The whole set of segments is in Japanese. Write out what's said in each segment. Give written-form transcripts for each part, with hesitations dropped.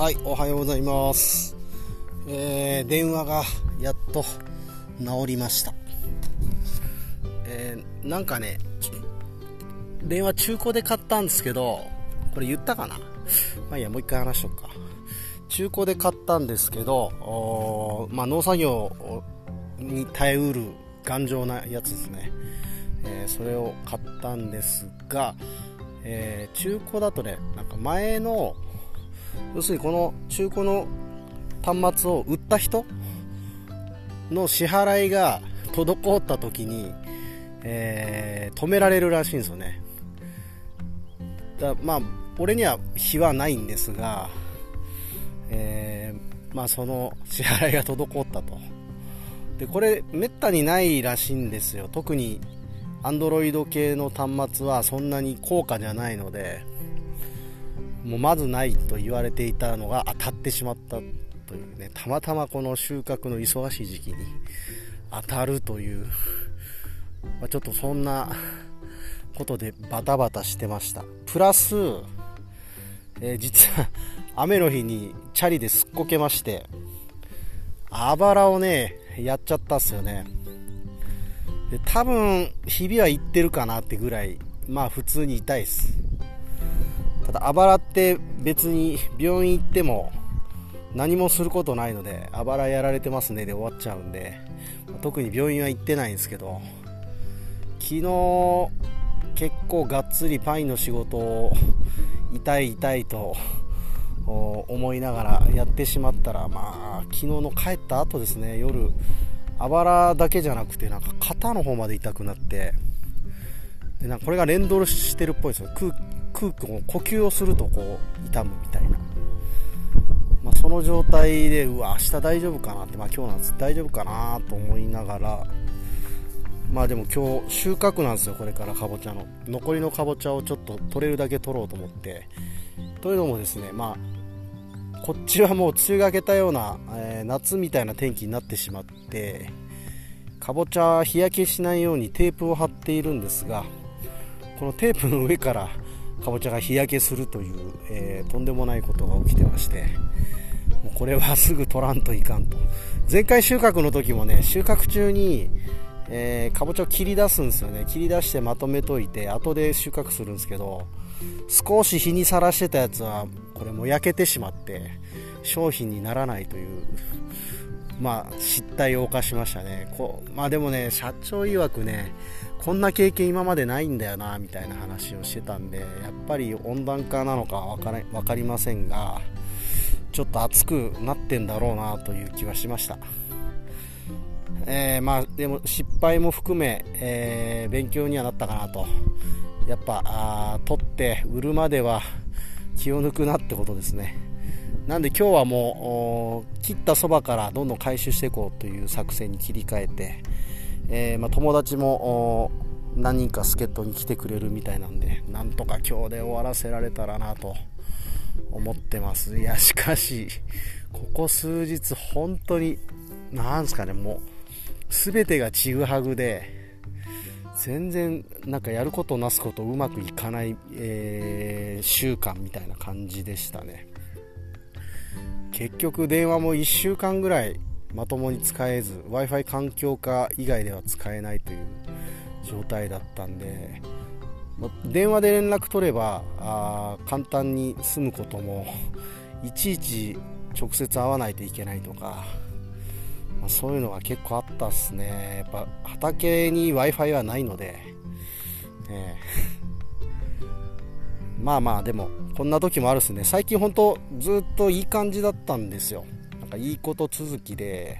はい、おはようございます。電話がやっと治りました。なんかね、電話中古で買ったんですけど、これ言ったかな。まあいいや、もう一回話しとくか。中古で買ったんですけど、農作業に耐えうる頑丈なやつですね。それを買ったんですが、中古だとね、なんか前の要するにこの中古の端末を売った人の支払いが滞った時に、止められるらしいんですよね。俺には非はないんですが、その支払いが滞ったと。でこれめったにないらしいんですよ。特にAndroid 系の端末はそんなに高価じゃないので、もうまずないと言われていたのが当たってしまったというね。たまたまこの収穫の忙しい時期に当たるという、ちょっとそんなことでバタバタしてました。プラス、実は雨の日にチャリですっこけまして、あばらをねやっちゃったっすよね。で多分ひびはいってるかなってぐらい、普通に痛いです。ただあばらって別に病院行っても何もすることないので、あばらやられてますねで終わっちゃうんで、特に病院は行ってないんですけど、昨日結構がっつりパインの仕事を痛いと思いながらやってしまったら、昨日の帰った後ですね、夜あばらだけじゃなくてなんか肩の方まで痛くなって、でなんかこれが連動してるっぽいですよ。呼吸をするとこう痛むみたいな、その状態で明日大丈夫かなって、今日なんです大丈夫かなと思いながら、でも今日収穫なんですよ。これからかぼちゃの残りのかぼちゃをちょっと取れるだけ取ろうと思って。というのもですね、こっちはもう梅雨が明けたような、夏みたいな天気になってしまって、かぼちゃ日焼けしないようにテープを貼っているんですが、このテープの上からかぼちゃが日焼けするという、とんでもないことが起きてまして、もうこれはすぐ取らんといかんと。前回収穫の時もね、収穫中に、かぼちゃを切り出すんですよね。切り出してまとめといて後で収穫するんですけど、少し日にさらしてたやつはこれも焼けてしまって商品にならないという、失態を犯しましたね。でもね、社長曰くね、こんな経験今までないんだよなみたいな話をしてたんで、やっぱり温暖化なのか分かりませんが、ちょっと暑くなってんだろうなという気はしました。でも失敗も含め、勉強にはなったかなと。やっぱ取って売るまでは気を抜くなってことですね。なんで今日はもう切ったそばからどんどん回収していこうという作戦に切り替えて、友達も何人か助っ人に来てくれるみたいなんで、なんとか今日で終わらせられたらなと思ってます。いやしかしここ数日本当になんですかね、もう全てがちぐはぐで、全然なんかやることなすことうまくいかない、週間みたいな感じでしたね。結局電話も1週間ぐらいまともに使えず、 Wi-Fi 環境下以外では使えないという状態だったんで、電話で連絡取れば簡単に済むことも、いちいち直接会わないといけないとか、そういうのが結構あったっすね。やっぱ畑に Wi-Fi はないので、でもこんな時もあるっすね。最近本当ずっといい感じだったんですよ。なんかいいこと続きで、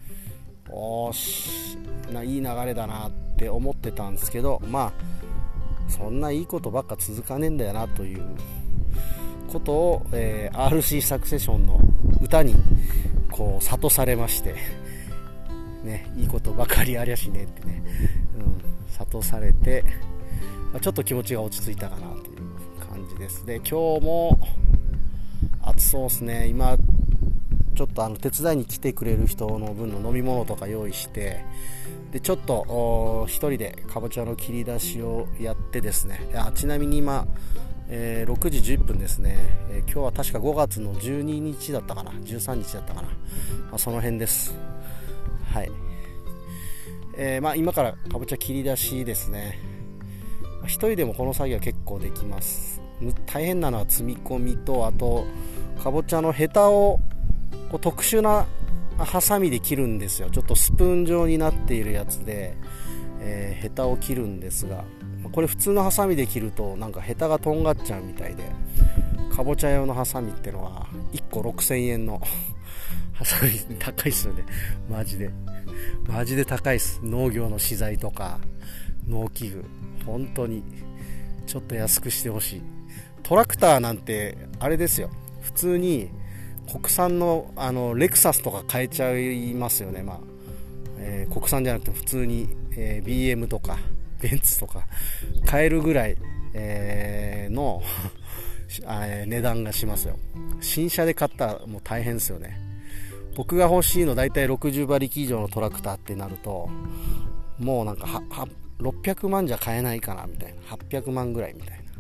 いい流れだなって思ってたんですけど、そんないいことばっか続かねえんだよなということを、RC サクセションの歌にこう諭されましてね、いいことばかりありゃしねってね、諭されて、ちょっと気持ちが落ち着いたかなという感じです。で、今日も暑そうですね。今ちょっと手伝いに来てくれる人の分の飲み物とか用意して、でちょっと一人でかぼちゃの切り出しをやってですね、ちなみに今、 6時11分ですね。今日は確か5月の12日だったかな、13日だったかな、その辺です。はい。今からかぼちゃ切り出しですね。一人でもこの作業は結構できます。大変なのは積み込みと、あとかぼちゃのヘタをこう特殊なハサミで切るんですよ。ちょっとスプーン状になっているやつで、ヘタを切るんですが、これ普通のハサミで切るとなんかヘタがとんがっちゃうみたいで、かぼちゃ用のハサミってのは1個6000円のハサミ、高いっすよね。マジで高いっす。農業の資材とか農機具、本当にちょっと安くしてほしい。トラクターなんてあれですよ、普通に国産のレクサスとか買えちゃいますよね。国産じゃなくて普通に、BM とかベンツとか買えるぐらい、の値段がしますよ。新車で買ったらもう大変ですよね。僕が欲しいのだいたい60馬力以上のトラクターってなると、もうなんか600万じゃ買えないかなみたいな、800万ぐらいみたい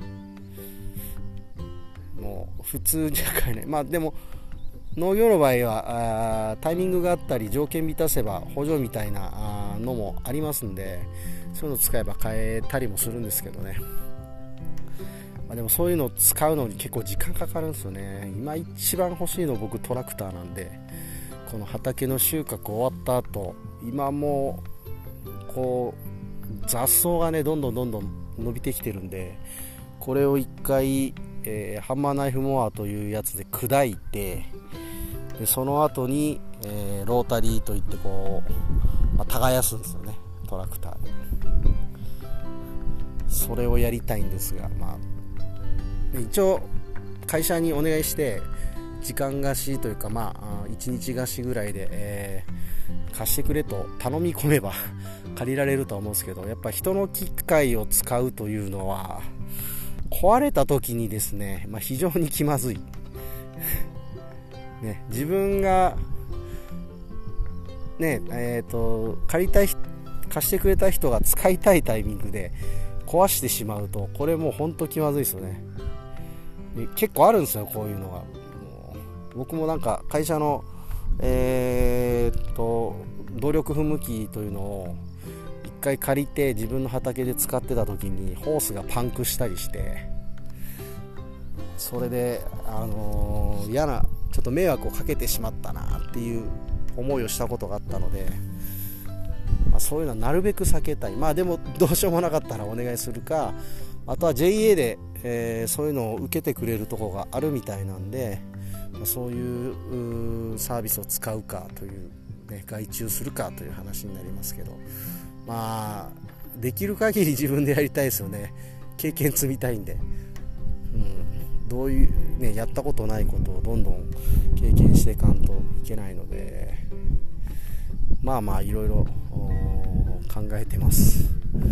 な、もう普通じゃ買えない。でも農業の場合はタイミングがあったり条件満たせば補助みたいなのもありますんで、そういうのを使えば買えたりもするんですけどね。でもそういうのを使うのに結構時間かかるんですよね。今一番欲しいの僕トラクターなんで、この畑の収穫終わった後、今もうこう雑草がねどんどん伸びてきてるんで、これを一回、ハンマーナイフモアというやつで砕いて、でその後に、ロータリーといってこう、耕すんですよね、トラクターで。それをやりたいんですが、一応会社にお願いして時間貸しというか1日貸しぐらいで、貸してくれと頼み込めば借りられるとは思うんですけど、やっぱ人の機械を使うというのは壊れた時にですね、非常に気まずいね、自分がね、借してくれた人が使いたいタイミングで壊してしまうと、これもう本当気まずいですよね。結構あるんですよ、こういうのが。僕もなんか会社の動力噴霧器というのを一回借りて自分の畑で使ってた時にホースがパンクしたりして、それで嫌な、ちょっと迷惑をかけてしまったなっていう思いをしたことがあったので、そういうのはなるべく避けたい。でもどうしようもなかったらお願いするか、あとは JA で、そういうのを受けてくれるところがあるみたいなんで、そういうサービスを使うかという、外注するかという話になりますけど、できる限り自分でやりたいですよね。経験積みたいんで、どういう、やったことないことをどんどん経験していかんといけないので、いろいろ考えてます。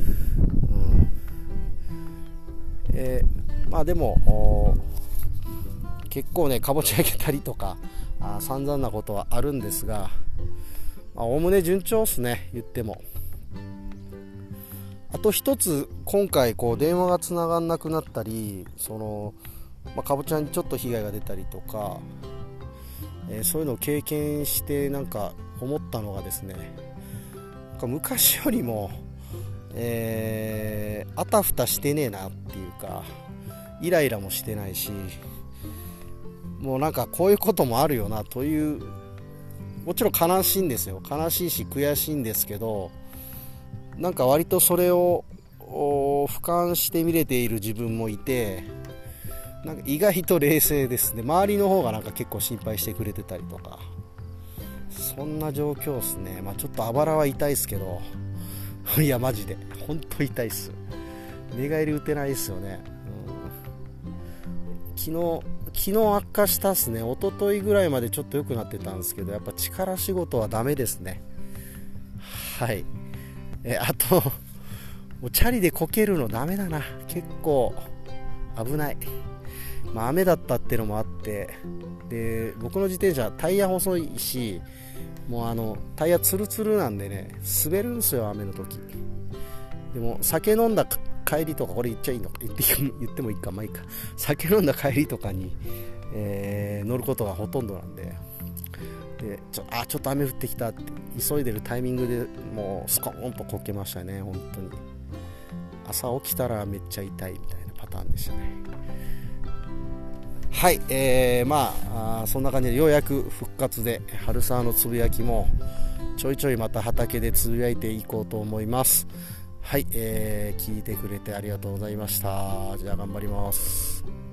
でも結構ね、かぼちゃ焼けたりとか散々なことはあるんですが、おおむね順調ですね、言っても。あと一つ、今回電話がつながんなくなったり、かぼちゃにちょっと被害が出たりとか、そういうのを経験してなんか思ったのがですね、昔よりも、あたふたしてねえなっていうか、イライラもしてないし、もうなんかこういうこともあるよなという、もちろん悲しいんですよ。悲しいし悔しいんですけど、なんか割とそれを俯瞰して見れている自分もいて、なんか意外と冷静ですね。周りの方がなんか結構心配してくれてたりとか、そんな状況ですね。ちょっとあばらは痛いですけどいやマジで本当痛いっす。寝返り打てないっすよね。昨日悪化したっすね。一昨日ぐらいまでちょっと良くなってたんですけど、やっぱ力仕事はダメですね。はい。あともうチャリでこけるのダメだな。結構危ない。雨だったってのもあって、で僕の自転車タイヤ細いし、もうタイヤツルツルなんでね、滑るんですよ、雨の時。でも酒飲んだ帰りとか、これ言っちゃいいのか、言ってもいいか、まあいいか、酒飲んだ帰りとかに、乗ることがほとんどなんで、ちょっと雨降ってきたって急いでるタイミングでもうスコーンとこけましたね。本当に朝起きたらめっちゃ痛いみたいなパターンでしたね。はい、そんな感じでようやく復活で春沢のつぶやきもちょいちょいまた畑でつぶやいていこうと思います。はい、聞いてくれてありがとうございました。じゃあ頑張ります。